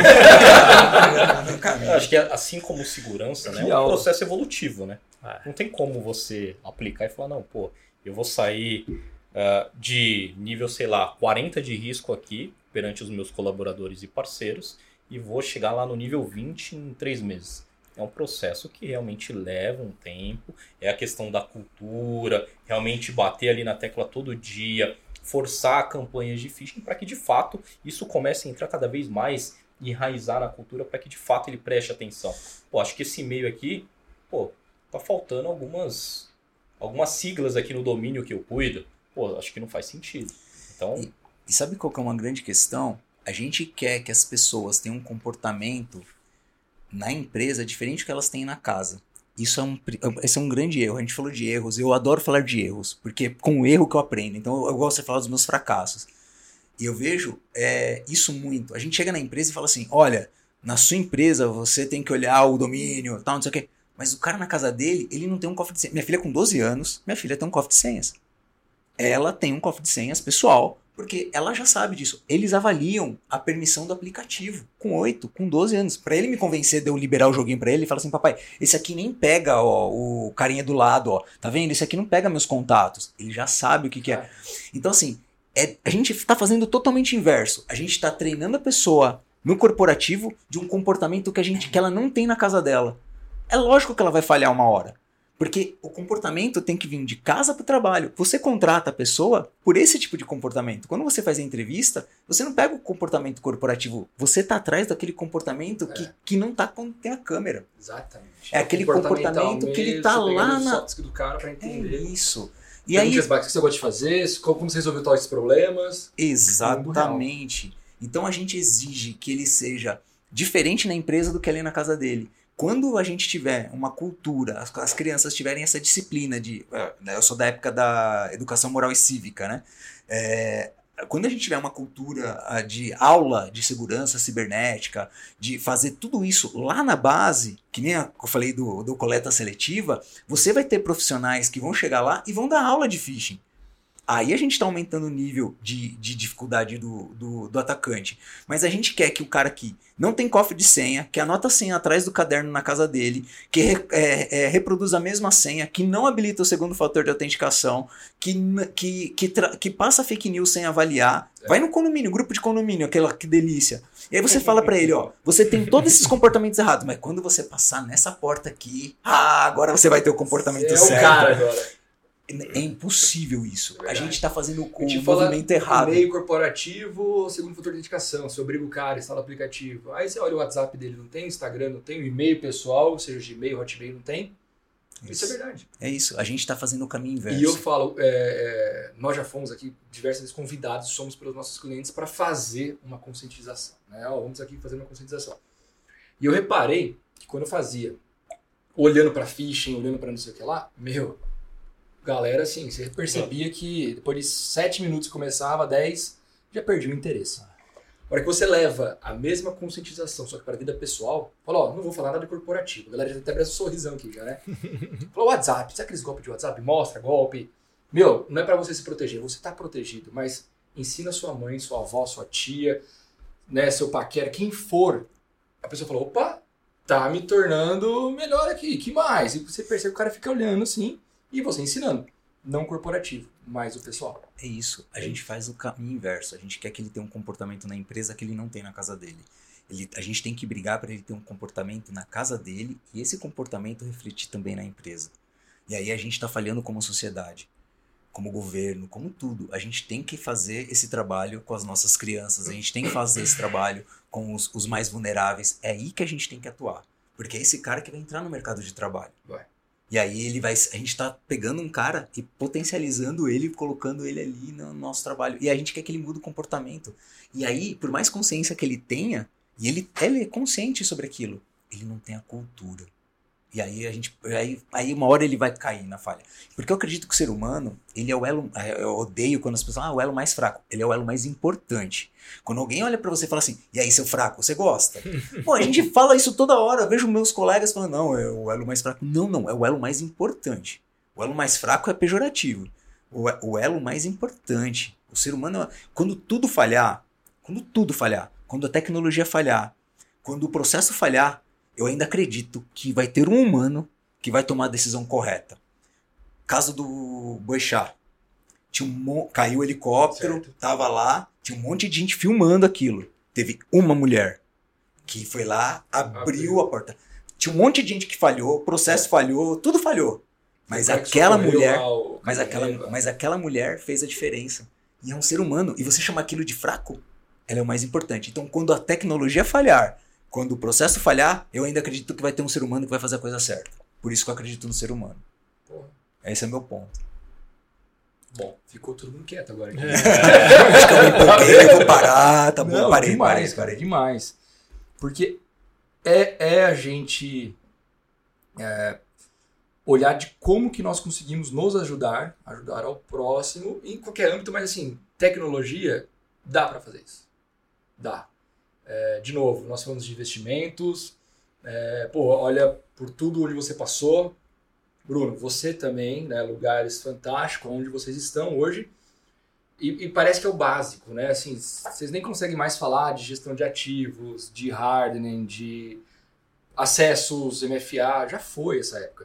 Eu acho que assim como segurança, né, é um aula. processo evolutivo, né? É. Não tem como você aplicar e falar, não, pô, eu vou sair uh, de nível, sei lá, quarenta de risco aqui perante os meus colaboradores e parceiros e vou chegar lá no nível vinte em três meses. É um processo que realmente leva um tempo, é a questão da cultura, realmente bater ali na tecla todo dia, forçar campanhas de phishing para que de fato isso comece a entrar cada vez mais e enraizar na cultura para que de fato ele preste atenção. Pô, acho que esse e-mail aqui, pô, tá faltando algumas, algumas siglas aqui no domínio que eu cuido. Pô, acho que não faz sentido. Então, E, e sabe qual que é uma grande questão? A gente quer que as pessoas tenham um comportamento na empresa diferente do que elas têm na casa. Isso é um, pri- esse é um grande erro. A gente falou de erros. Eu adoro falar de erros, porque com o erro que eu aprendo. Então eu gosto de falar dos meus fracassos. E eu vejo é, isso muito. A gente chega na empresa e fala assim, olha, na sua empresa você tem que olhar o domínio, tal, não sei o quê. Mas o cara na casa dele, ele não tem um cofre de senhas. Minha filha com doze anos, minha filha tem um cofre de senhas. Ela tem um cofre de senhas pessoal, porque ela já sabe disso. Eles avaliam a permissão do aplicativo com oito, com doze anos. Pra ele me convencer de eu liberar o joguinho pra ele, ele fala assim, papai, esse aqui nem pega ó, o carinha do lado, ó. Tá vendo? Esse aqui não pega meus contatos. Ele já sabe o que, que é. Então assim, é, a gente tá fazendo totalmente inverso. A gente tá treinando a pessoa no corporativo de um comportamento que, a gente, que ela não tem na casa dela. É lógico que ela vai falhar uma hora. Porque o comportamento tem que vir de casa para o trabalho. Você contrata a pessoa por esse tipo de comportamento. Quando você faz a entrevista, você não pega o comportamento corporativo. Você está atrás daquele comportamento que, É. que não está quando tem a câmera. Exatamente. É aquele comportamento que ele tá lá na- Soft skill do cara pra É entender. isso. E aí, Perguntas básicas, o que você gosta de fazer, como você resolveu todos esses problemas. exatamente. Então a gente exige que ele seja diferente na empresa do que ali na casa dele. Quando a gente tiver uma cultura, as, as crianças tiverem essa disciplina de... eh, Eu sou da época da educação moral e cívica, né? É, quando a gente tiver uma cultura ah, de aula de segurança cibernética, de fazer tudo isso lá na base, que nem a- eu falei do, do coleta seletiva, você vai ter profissionais que vão chegar lá e vão dar aula de phishing. Aí a gente está aumentando o nível de, de dificuldade do, do, do atacante. Mas a gente quer que o cara que não tem cofre de senha, que anota a senha atrás do caderno na casa dele, que re- é, é, reproduz a mesma senha, que não habilita o segundo fator de autenticação, que, n- que, que, tra- que passa fake news sem avaliar. Vai no condomínio, grupo de condomínio, aquela que delícia. E aí você fala pra ele, ó, você tem todos esses comportamentos errados, mas quando você passar nessa porta aqui, ah, agora você vai ter o comportamento É certo. o cara agora. É impossível isso. A Verdade. gente tá fazendo o A gente fala movimento errado. e-mail corporativo, segundo fator de identificação. Você obriga o cara, instala o aplicativo. Aí você olha o WhatsApp dele, não tem, o Instagram não tem, o e-mail pessoal, seja Gmail, Hotmail, não tem. Isso, Isso. é verdade. É isso. A gente tá fazendo o caminho inverso. E eu falo, é, é, nós já fomos aqui diversas vezes convidados, somos pelos nossos clientes para fazer uma conscientização. Né? Ó, vamos aqui fazer uma conscientização. E eu reparei que quando eu fazia, olhando para phishing, olhando para não sei o que lá, meu, galera, assim, você percebia que depois de sete minutos que começava, dez, já perdi o interesse. A hora que você leva a mesma conscientização, só que para a vida pessoal, fala, ó, não vou falar nada de corporativo. A galera já até abre um sorrisão aqui já, né? Fala, WhatsApp, sabe aqueles golpes de WhatsApp? Mostra, golpe. Meu, não é para você se proteger, você tá protegido, mas ensina sua mãe, sua avó, sua tia, né, seu paquera, quem for. A pessoa falou, opa, tá me tornando melhor aqui, que mais? E você percebe que o cara fica olhando assim, e você ensinando. Não corporativo, mas o pessoal. É isso. A gente faz o caminho inverso. A gente quer que ele tenha um comportamento na empresa que ele não tem na casa dele. Ele, a gente tem que brigar para ele ter um comportamento na casa dele e esse comportamento refletir também na empresa. E aí a gente está falhando como sociedade, como governo, como tudo. A gente tem que fazer esse trabalho com as nossas crianças. A gente tem que fazer esse trabalho com os, os mais vulneráveis. É aí que a gente tem que atuar. Porque é esse cara que vai entrar no mercado de trabalho. Vai. E aí ele vai, a gente tá pegando um cara e potencializando ele, colocando ele ali no nosso trabalho. E a gente quer que ele mude o comportamento. E aí, por mais consciência que ele tenha, e ele, ele é consciente sobre aquilo, ele não tem a cultura. E aí a gente, aí, aí uma hora ele vai cair na falha. Porque eu acredito que o ser humano, ele é o elo, eu odeio quando as pessoas falam, ah, o elo mais fraco. Ele é o elo mais importante. Quando alguém olha pra você e fala assim, e aí, seu fraco, você gosta? Pô, a gente fala isso toda hora. Eu vejo meus colegas falando, não, é o elo mais fraco. Não, não, é o elo mais importante. O elo mais fraco é pejorativo. O, o elo mais importante. O ser humano, quando tudo falhar, quando tudo falhar, quando a tecnologia falhar, quando o processo falhar, eu ainda acredito que vai ter um humano que vai tomar a decisão correta. Caso do Boechat. Tinha um mo- caiu o helicóptero, Certo. tava lá, tinha um monte de gente filmando aquilo. Teve uma mulher que foi lá, abriu, Abriu. a porta. Tinha um monte de gente que falhou, o processo É. falhou, tudo falhou. Mas O cara que aquela socorreu mulher, lá o mas aquela, caminhoneiro, mas aquela mulher fez a diferença. E é um ser humano. E você chama aquilo de fraco, ela é o mais importante. Então, quando a tecnologia falhar, quando o processo falhar, eu ainda acredito que vai ter um ser humano que vai fazer a coisa certa. Por isso que eu acredito no ser humano. Porra, Esse é o meu ponto. bom, ficou todo mundo quieto agora. aqui. Acho que eu me empolguei, eu vou parar, tá bom, Não, parei, demais, parei, cara, parei. demais. Porque é, é a gente é, olhar de como que nós conseguimos nos ajudar, ajudar ao próximo, em qualquer âmbito, mas assim, tecnologia, dá para fazer isso. Dá. É, de novo, nós falamos de investimentos, é, pô, olha por tudo onde você passou. Bruno, você também, né, lugares fantásticos onde vocês estão hoje. E, e parece que é o básico, né? Assim, vocês nem conseguem mais falar de gestão de ativos, de hardening, de acessos M F A, já foi essa época.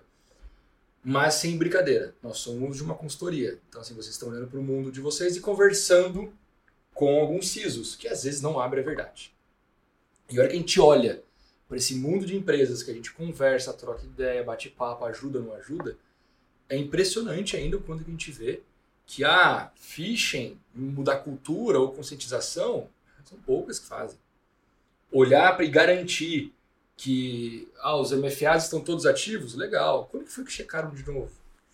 Mas sem brincadeira, nós somos de uma consultoria. Então, assim, vocês estão olhando para o mundo de vocês e conversando com alguns C I S Os, que às vezes não abre a verdade. E a hora que a gente olha para esse mundo de empresas, que a gente conversa, troca ideia, bate papo, ajuda, não ajuda, é impressionante ainda o quanto que a gente vê que a phishing, mudar cultura ou conscientização, são poucas que fazem. Olhar para e garantir que ah, os M F As estão todos ativos, legal. Quando que foi que checaram de novo?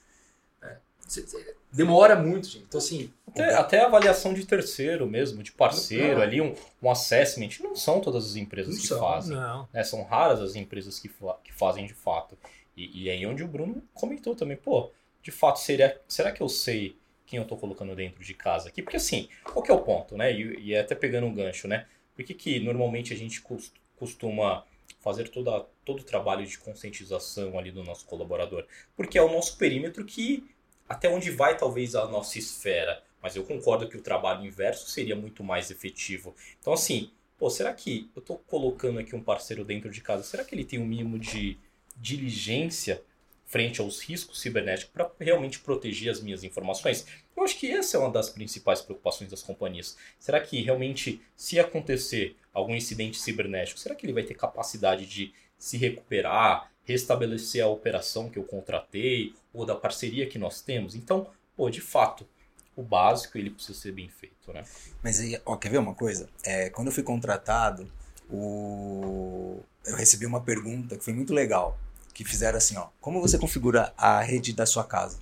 É, demora muito, gente. Então, assim... Até, até a avaliação de terceiro mesmo, de parceiro Não. ali, um, um assessment, não são todas as empresas Não que são, fazem. Não. Né? São raras as empresas que, fa- que fazem de fato. E, e aí onde o Bruno comentou também, pô, de fato, seria, será que eu sei quem eu tô colocando dentro de casa aqui? Porque assim, qual que é o ponto, né? E, e até pegando um gancho, né? Por que que normalmente a gente cos- costuma fazer toda, todo o trabalho de conscientização ali do nosso colaborador? Porque é o nosso perímetro que, até onde vai talvez a nossa esfera. Mas eu concordo que o trabalho inverso seria muito mais efetivo. Então assim, pô, será que eu tô colocando aqui um parceiro dentro de casa? Será que ele tem um mínimo de diligência frente aos riscos cibernéticos para realmente proteger as minhas informações? Eu acho que essa é uma das principais preocupações das companhias. Será que realmente, se acontecer algum incidente cibernético, será que ele vai ter capacidade de se recuperar, restabelecer a operação que eu contratei ou da parceria que nós temos? Então, pô, de fato, o básico ele precisa ser bem feito, né? Mas aí, ó, quer ver uma coisa? É, quando eu fui contratado, o... eu recebi uma pergunta que foi muito legal. Que fizeram assim, ó. Como você configura a rede da sua casa?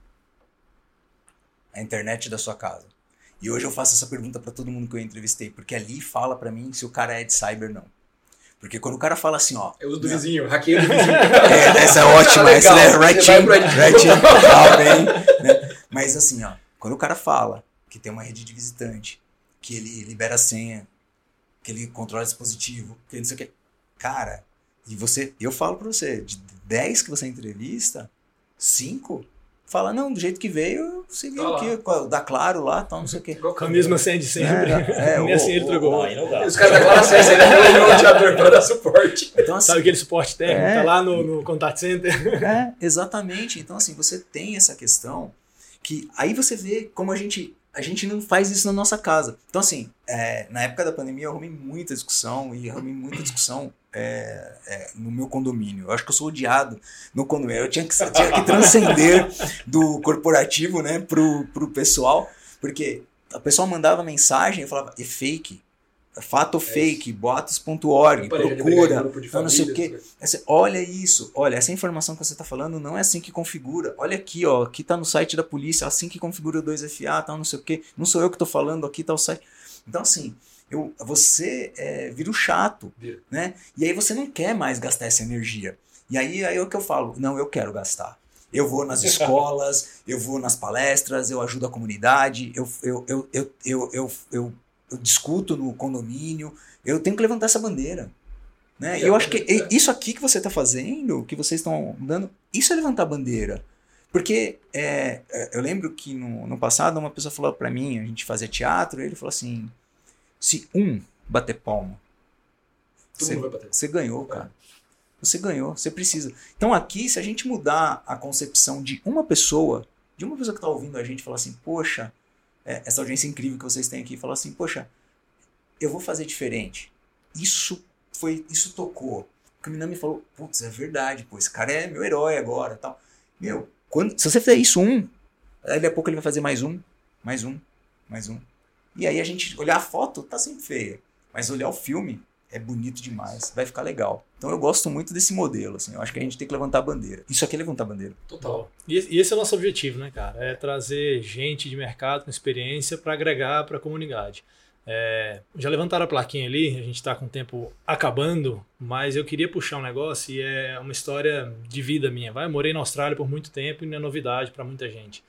A internet da sua casa. E hoje eu faço essa pergunta para todo mundo que eu entrevistei. Porque ali fala para mim se o cara é de cyber, não. Porque quando o cara fala assim, ó... Eu uso do não, vizinho, hackeio do vizinho. É, essa é ótima, essa é Legal, right você vai in, pro Red Team. right in, legal, bem, né? Mas assim, ó, quando o cara fala que tem uma rede de visitante, que ele libera a senha, que ele controla o dispositivo, que ele não sei o que, cara, e você, eu falo pra você, de dez que você entrevista, cinco fala, não, do jeito que veio, você viu Tá aqui, com- dá claro lá, tal, não sei o que. Igual Com a mesma senha de sempre. É, é, a minha o- senha ele o- trocou. Não, aí não dá. Os caras da Clara César ainda não tem um roteador para dar suporte. Então, assim, Sabe aquele suporte técnico? É. Tá lá no, no contact center. É, exatamente. Então, assim, você tem essa questão que aí você vê como a gente, a gente não faz isso na nossa casa. Então, assim, é, na época da pandemia eu arrumei muita discussão e arrumei muita discussão é, é, no meu condomínio. Eu acho que eu sou odiado no condomínio. Eu tinha que, eu tinha que transcender do corporativo, né, pro, pro pessoal, porque a pessoa mandava mensagem e eu falava, é fake. Fato ou fake, boatos ponto org, procura, não, não sei o quê. Essa- olha isso, olha, essa informação que você está falando não é assim que configura. Olha aqui, ó, aqui tá no site da polícia, assim que configura o dois F A, tal, não sei o quê. Não sou eu que estou falando, aqui tá o site. Então, assim, eu, você é, vira o chato, Vira. né? E aí você não quer mais gastar essa energia. E aí, aí é o que eu falo, não, eu quero gastar. Eu vou nas escolas, eu vou nas palestras, eu ajudo a comunidade, eu, eu, eu, eu, eu, eu, eu eu discuto no condomínio, eu tenho que levantar essa bandeira. Né? E eu acho que É. isso aqui que você está fazendo, que vocês estão dando, isso é levantar a bandeira. Porque é, eu lembro que no, no passado uma pessoa falou para mim, a gente fazia teatro, e ele falou assim, Se um bater palma, Todo você, mundo vai bater. você ganhou, cara. Você ganhou, você precisa. Então aqui, se a gente mudar a concepção de uma pessoa, de uma pessoa que está ouvindo a gente, falar assim, poxa, é, essa audiência incrível que vocês têm aqui, falar assim, poxa, eu vou fazer diferente. Isso foi, isso tocou. O Minami falou, putz, é verdade, pô, esse cara é meu herói agora, tal. Meu, quando, se você fizer isso um, daqui a pouco ele vai fazer mais um, mais um, mais um. E aí a gente olhar a foto, tá sempre feia. Mas olhar o filme é bonito demais, vai ficar legal. Então eu gosto muito desse modelo, assim. Eu acho que a gente tem que levantar a bandeira. Isso aqui é levantar a bandeira. Total. E e esse é o nosso objetivo, né, cara? É trazer gente de mercado com experiência para agregar para a comunidade. É, já levantaram a plaquinha ali, a gente está com o tempo acabando, mas eu queria puxar um negócio e é uma história de vida minha. Vai, eu morei na Austrália por muito tempo e não é novidade para muita gente.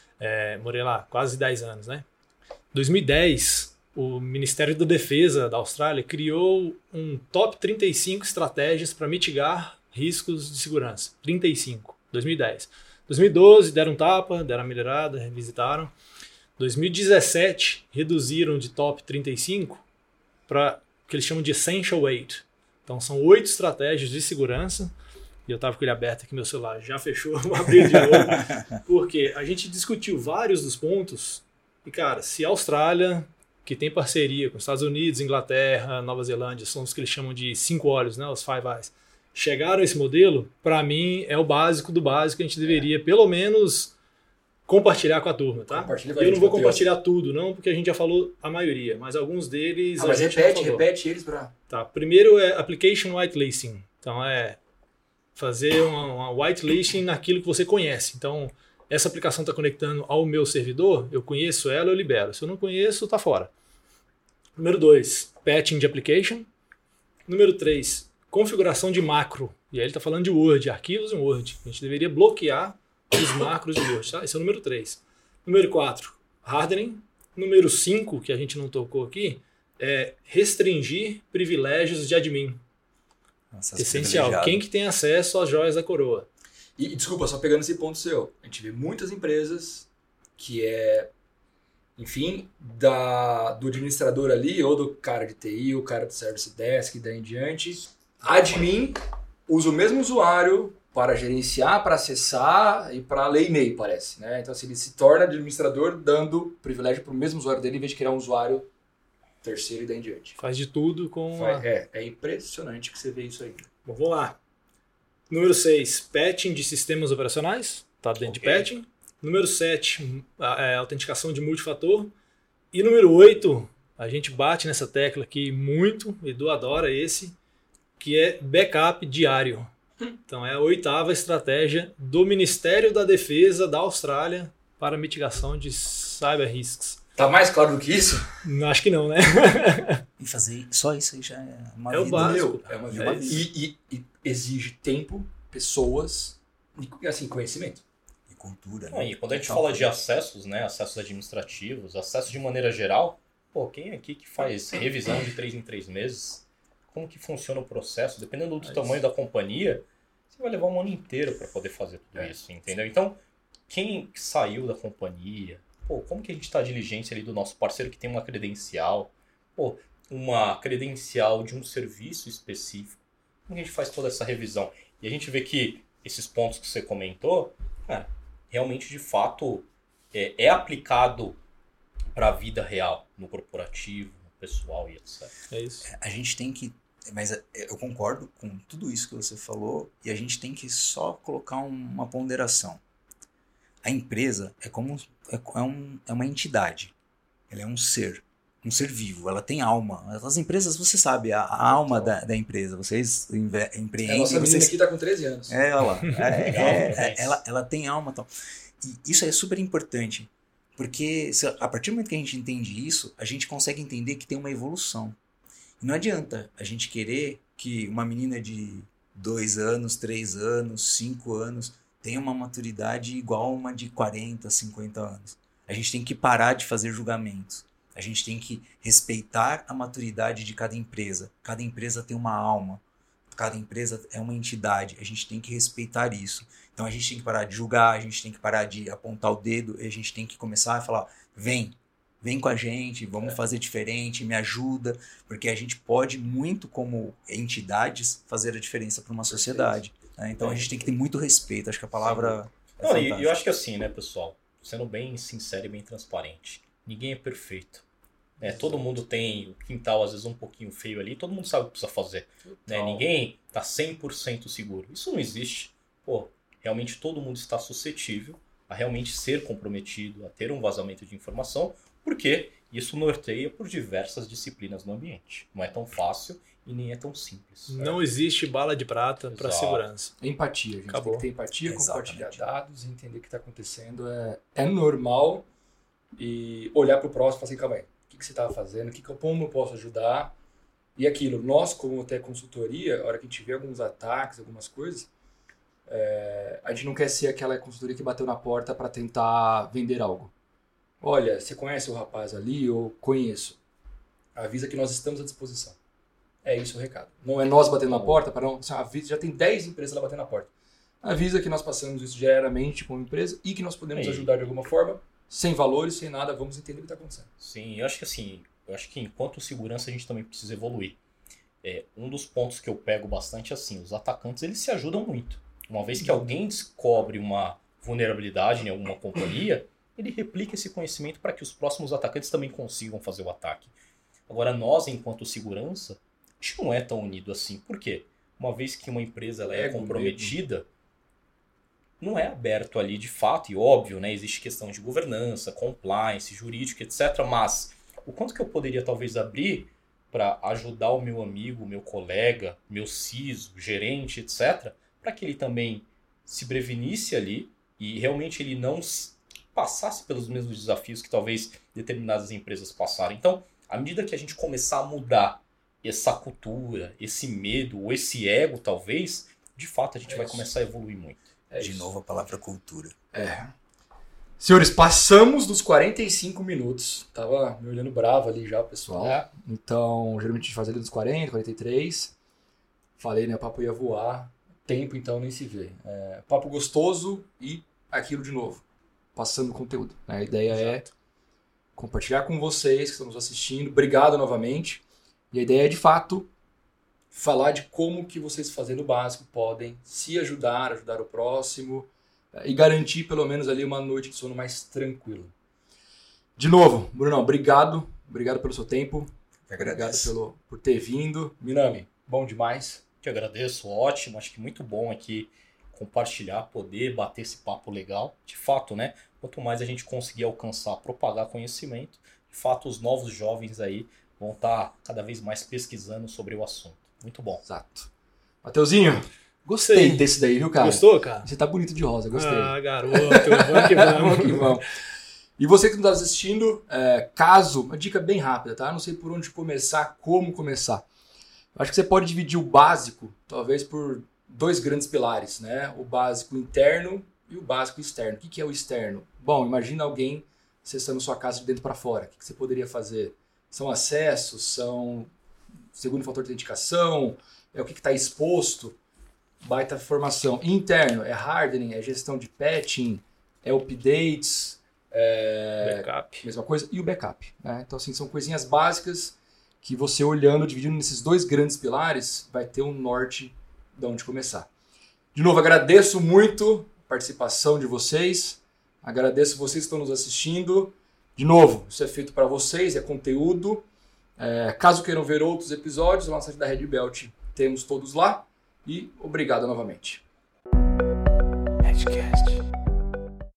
É, morei lá quase dez anos, né? Em dois mil e dez, o Ministério da Defesa da Austrália criou um top trinta e cinco estratégias para mitigar riscos de segurança. trinta e cinco, dois mil e dez. dois mil e doze, deram um tapa, deram uma melhorada, revisitaram. dois mil e dezessete, reduziram de top trinta e cinco para o que eles chamam de Essential oito. Então, são oito estratégias de segurança. E eu estava com ele aberto aqui, meu celular já fechou, vou abrir de novo. Porque a gente discutiu vários dos pontos. E, cara, se a Austrália, que tem parceria com os Estados Unidos, Inglaterra, Nova Zelândia, são os que eles chamam de cinco olhos, né, os Five Eyes, chegaram a esse modelo, para mim é o básico do básico que a gente deveria, pelo menos, compartilhar com a turma, tá? Compartilha com a Eu gente, não vou Matheus. compartilhar tudo, não, porque a gente já falou a maioria, mas alguns deles Ah, a mas gente repete, não falou. repete eles pra... Tá, primeiro é Application Whitelisting. Então é fazer uma, uma whitelisting naquilo que você conhece. Então, essa aplicação está conectando ao meu servidor, eu conheço ela, eu libero. Se eu não conheço, tá fora. Número dois, patching de application. Número três, configuração de macro. E aí ele está falando de Word, arquivos em Word. A gente deveria bloquear os macros de Word. Tá? Esse é o número três. Número quatro, hardening. Número cinco, que a gente não tocou aqui, é restringir privilégios de admin. Nossa, Essencial. privilegiado. Quem que tem acesso às joias da coroa? E, desculpa, só pegando esse ponto seu. A gente vê muitas empresas que é, enfim, da, do administrador ali, ou do cara de T I, ou cara do Service Desk, e daí em diante. Admin usa o mesmo usuário para gerenciar, para acessar e para ler e-mail, parece. Né? Então, assim, ele se torna administrador dando privilégio para o mesmo usuário dele, em vez de criar um usuário terceiro e daí em diante. Faz de tudo com a... É, é impressionante que você vê isso aí. Bom, vamos lá. Número seis, patching de sistemas operacionais. Está dentro Ok. de patching. Número sete, a- é, autenticação de multifator. E número oito, a gente bate nessa tecla aqui muito, Edu adora esse, que é backup diário. Então é a oitava estratégia do Ministério da Defesa da Austrália para mitigação de cyber risks. Tá mais claro do que isso? Acho que não, né? E fazer só isso aí já é uma É o vida. básico. Meu, é uma É vida. isso. E, e- e exige tempo, pessoas e assim, conhecimento. E cultura. Ah, né? e quando a gente Total. fala de acessos, né, acessos administrativos, acesso de maneira geral, pô, quem aqui que faz revisão de três em três meses? Como que funciona o processo? Dependendo do É tamanho isso. da companhia, você vai levar um ano inteiro para poder fazer tudo É. isso, entendeu? Então, quem saiu da companhia, pô, como que a gente está a diligência ali do nosso parceiro que tem uma credencial, pô, uma credencial de um serviço específico? Como que a gente faz toda essa revisão? E a gente vê que esses pontos que você comentou, cara, realmente, de fato, é, é aplicado para a vida real, no corporativo, no pessoal e etcétera. É isso. A gente tem que. Mas é, eu concordo com tudo isso que você falou, e a gente tem que só colocar um- uma ponderação. A empresa é como é, é um, é uma entidade. Ela é um ser, um ser vivo. Ela tem alma. As empresas, você sabe, a, a alma da, da empresa. Vocês inve- A empreendem. nossa menina vocês, aqui tá com treze anos. é, olha lá. É, Legal, é, é, parabéns. ela, ela tem alma e tal. E isso é super importante. Porque se- a partir do momento que a gente entende isso, a gente consegue entender que tem uma evolução. E não adianta a gente querer que uma menina de dois anos, três anos, cinco anos tenha uma maturidade igual a uma de quarenta, cinquenta anos. A gente tem que parar de fazer julgamentos. A gente tem que respeitar a maturidade de cada empresa. Cada empresa tem uma alma. Cada empresa é uma entidade. A gente tem que respeitar isso. Então a gente tem que parar de julgar, a gente tem que parar de apontar o dedo, e a gente tem que começar a falar, vem, vem com a gente, vamos é. fazer diferente, me ajuda, porque a gente pode muito como entidades fazer a diferença para uma sociedade. Né? Então é. a gente tem que ter muito respeito, acho que a palavra é Não, e eu acho que assim, né, pessoal, sendo bem sincero e bem transparente, ninguém é perfeito. Né? Todo mundo tem o quintal às vezes um pouquinho feio ali, todo mundo sabe o que precisa fazer. Né? Ninguém tá cem por cento seguro. Isso não existe. Pô, realmente todo mundo está suscetível a realmente ser comprometido, a ter um vazamento de informação, porque isso norteia por diversas disciplinas no ambiente. Não é tão fácil e nem é tão simples. Não é. existe bala de prata para segurança. Empatia, a gente Acabou. tem que ter empatia, Exatamente. compartilhar dados, entender o que está acontecendo. É, é normal e olhar para o próximo e falar assim, calma aí, o que, que você estava fazendo, o que, como eu posso ajudar? E aquilo, nós como até consultoria, a hora que a gente vê alguns ataques, algumas coisas, é, a gente não quer ser aquela consultoria que bateu na porta para tentar vender algo. Olha, você conhece o rapaz ali? Eu conheço. Avisa que nós estamos à disposição. É isso o recado. Não é nós batendo na porta, para não. Assim, avisa, já tem dez empresas lá batendo na porta. Avisa que nós passamos isso diariamente como empresa e que nós podemos Aí. ajudar de alguma forma, sem valores, sem nada, vamos entender o que está acontecendo. Sim, eu acho que assim, eu acho que enquanto segurança a gente também precisa evoluir. É, um dos pontos que eu pego bastante é assim, os atacantes eles se ajudam muito. Uma vez que alguém descobre uma vulnerabilidade em alguma companhia, ele replica esse conhecimento para que os próximos atacantes também consigam fazer o ataque. Agora, nós, enquanto segurança, a gente não é tão unido assim. Por quê? Uma vez que uma empresa ela é, é comprometida, não é aberto ali de fato, e óbvio, né, existe questão de governança, compliance, jurídico, etcétera. Mas o quanto que eu poderia talvez abrir para ajudar o meu amigo, o meu colega, meu C I S O, gerente, etcétera, para que ele também se prevenisse ali e realmente ele não passasse pelos mesmos desafios que talvez determinadas empresas passaram. Então, à medida que a gente começar a mudar essa cultura, esse medo, ou esse ego, talvez, de fato a gente é vai isso. começar a evoluir muito. É de isso. novo a palavra cultura. É. Senhores, passamos dos quarenta e cinco minutos. Tava me olhando bravo ali já, pessoal. É. Então, geralmente a gente faz ali nos quarenta, quarenta e três. Falei, né? O papo ia voar. Tempo, então, nem se vê. É, papo gostoso e aquilo de novo. Passando conteúdo. Né? A ideia Exato. é compartilhar com vocês que estão nos assistindo. Obrigado novamente. E a ideia é, de fato, falar de como que vocês fazendo o básico podem se ajudar, ajudar o próximo e garantir pelo menos ali uma noite de sono mais tranquila. De novo, Brunão, obrigado. Obrigado pelo seu tempo. Eu agradeço. Obrigado pelo, por ter vindo. Minami, bom demais. Te agradeço, ótimo. Acho que muito bom aqui compartilhar, poder bater esse papo legal. De fato, né? Quanto mais a gente conseguir alcançar, propagar conhecimento, de fato os novos jovens aí vão estar cada vez mais pesquisando sobre o assunto. Muito bom. Exato. Mateuzinho, gostei Sim. desse daí, viu, cara? Gostou, cara? Você tá bonito de rosa, gostei. Ah, garoto, vamos que vamos. Vamos que vamos. E você que não está assistindo, é, caso, uma dica bem rápida, tá? Não sei por onde começar, como começar. Acho que você pode dividir o básico, talvez, por dois grandes pilares, né? O básico interno e o básico externo. O que é o externo? Bom, imagina alguém acessando sua casa de dentro para fora. O que você poderia fazer? São acessos, são segundo fator de autenticação, é o que está exposto, baita formação. Interno é hardening, é gestão de patching, é updates, é backup. Mesma coisa, e o backup. Né? Então, assim, são coisinhas básicas que você olhando, dividindo nesses dois grandes pilares, vai ter um norte de onde começar. De novo, agradeço muito a participação de vocês, agradeço vocês que estão nos assistindo. De novo, isso é feito para vocês, é conteúdo. É, caso queiram ver outros episódios, lá no site da Red Belt temos todos lá. E obrigado novamente. Redcast.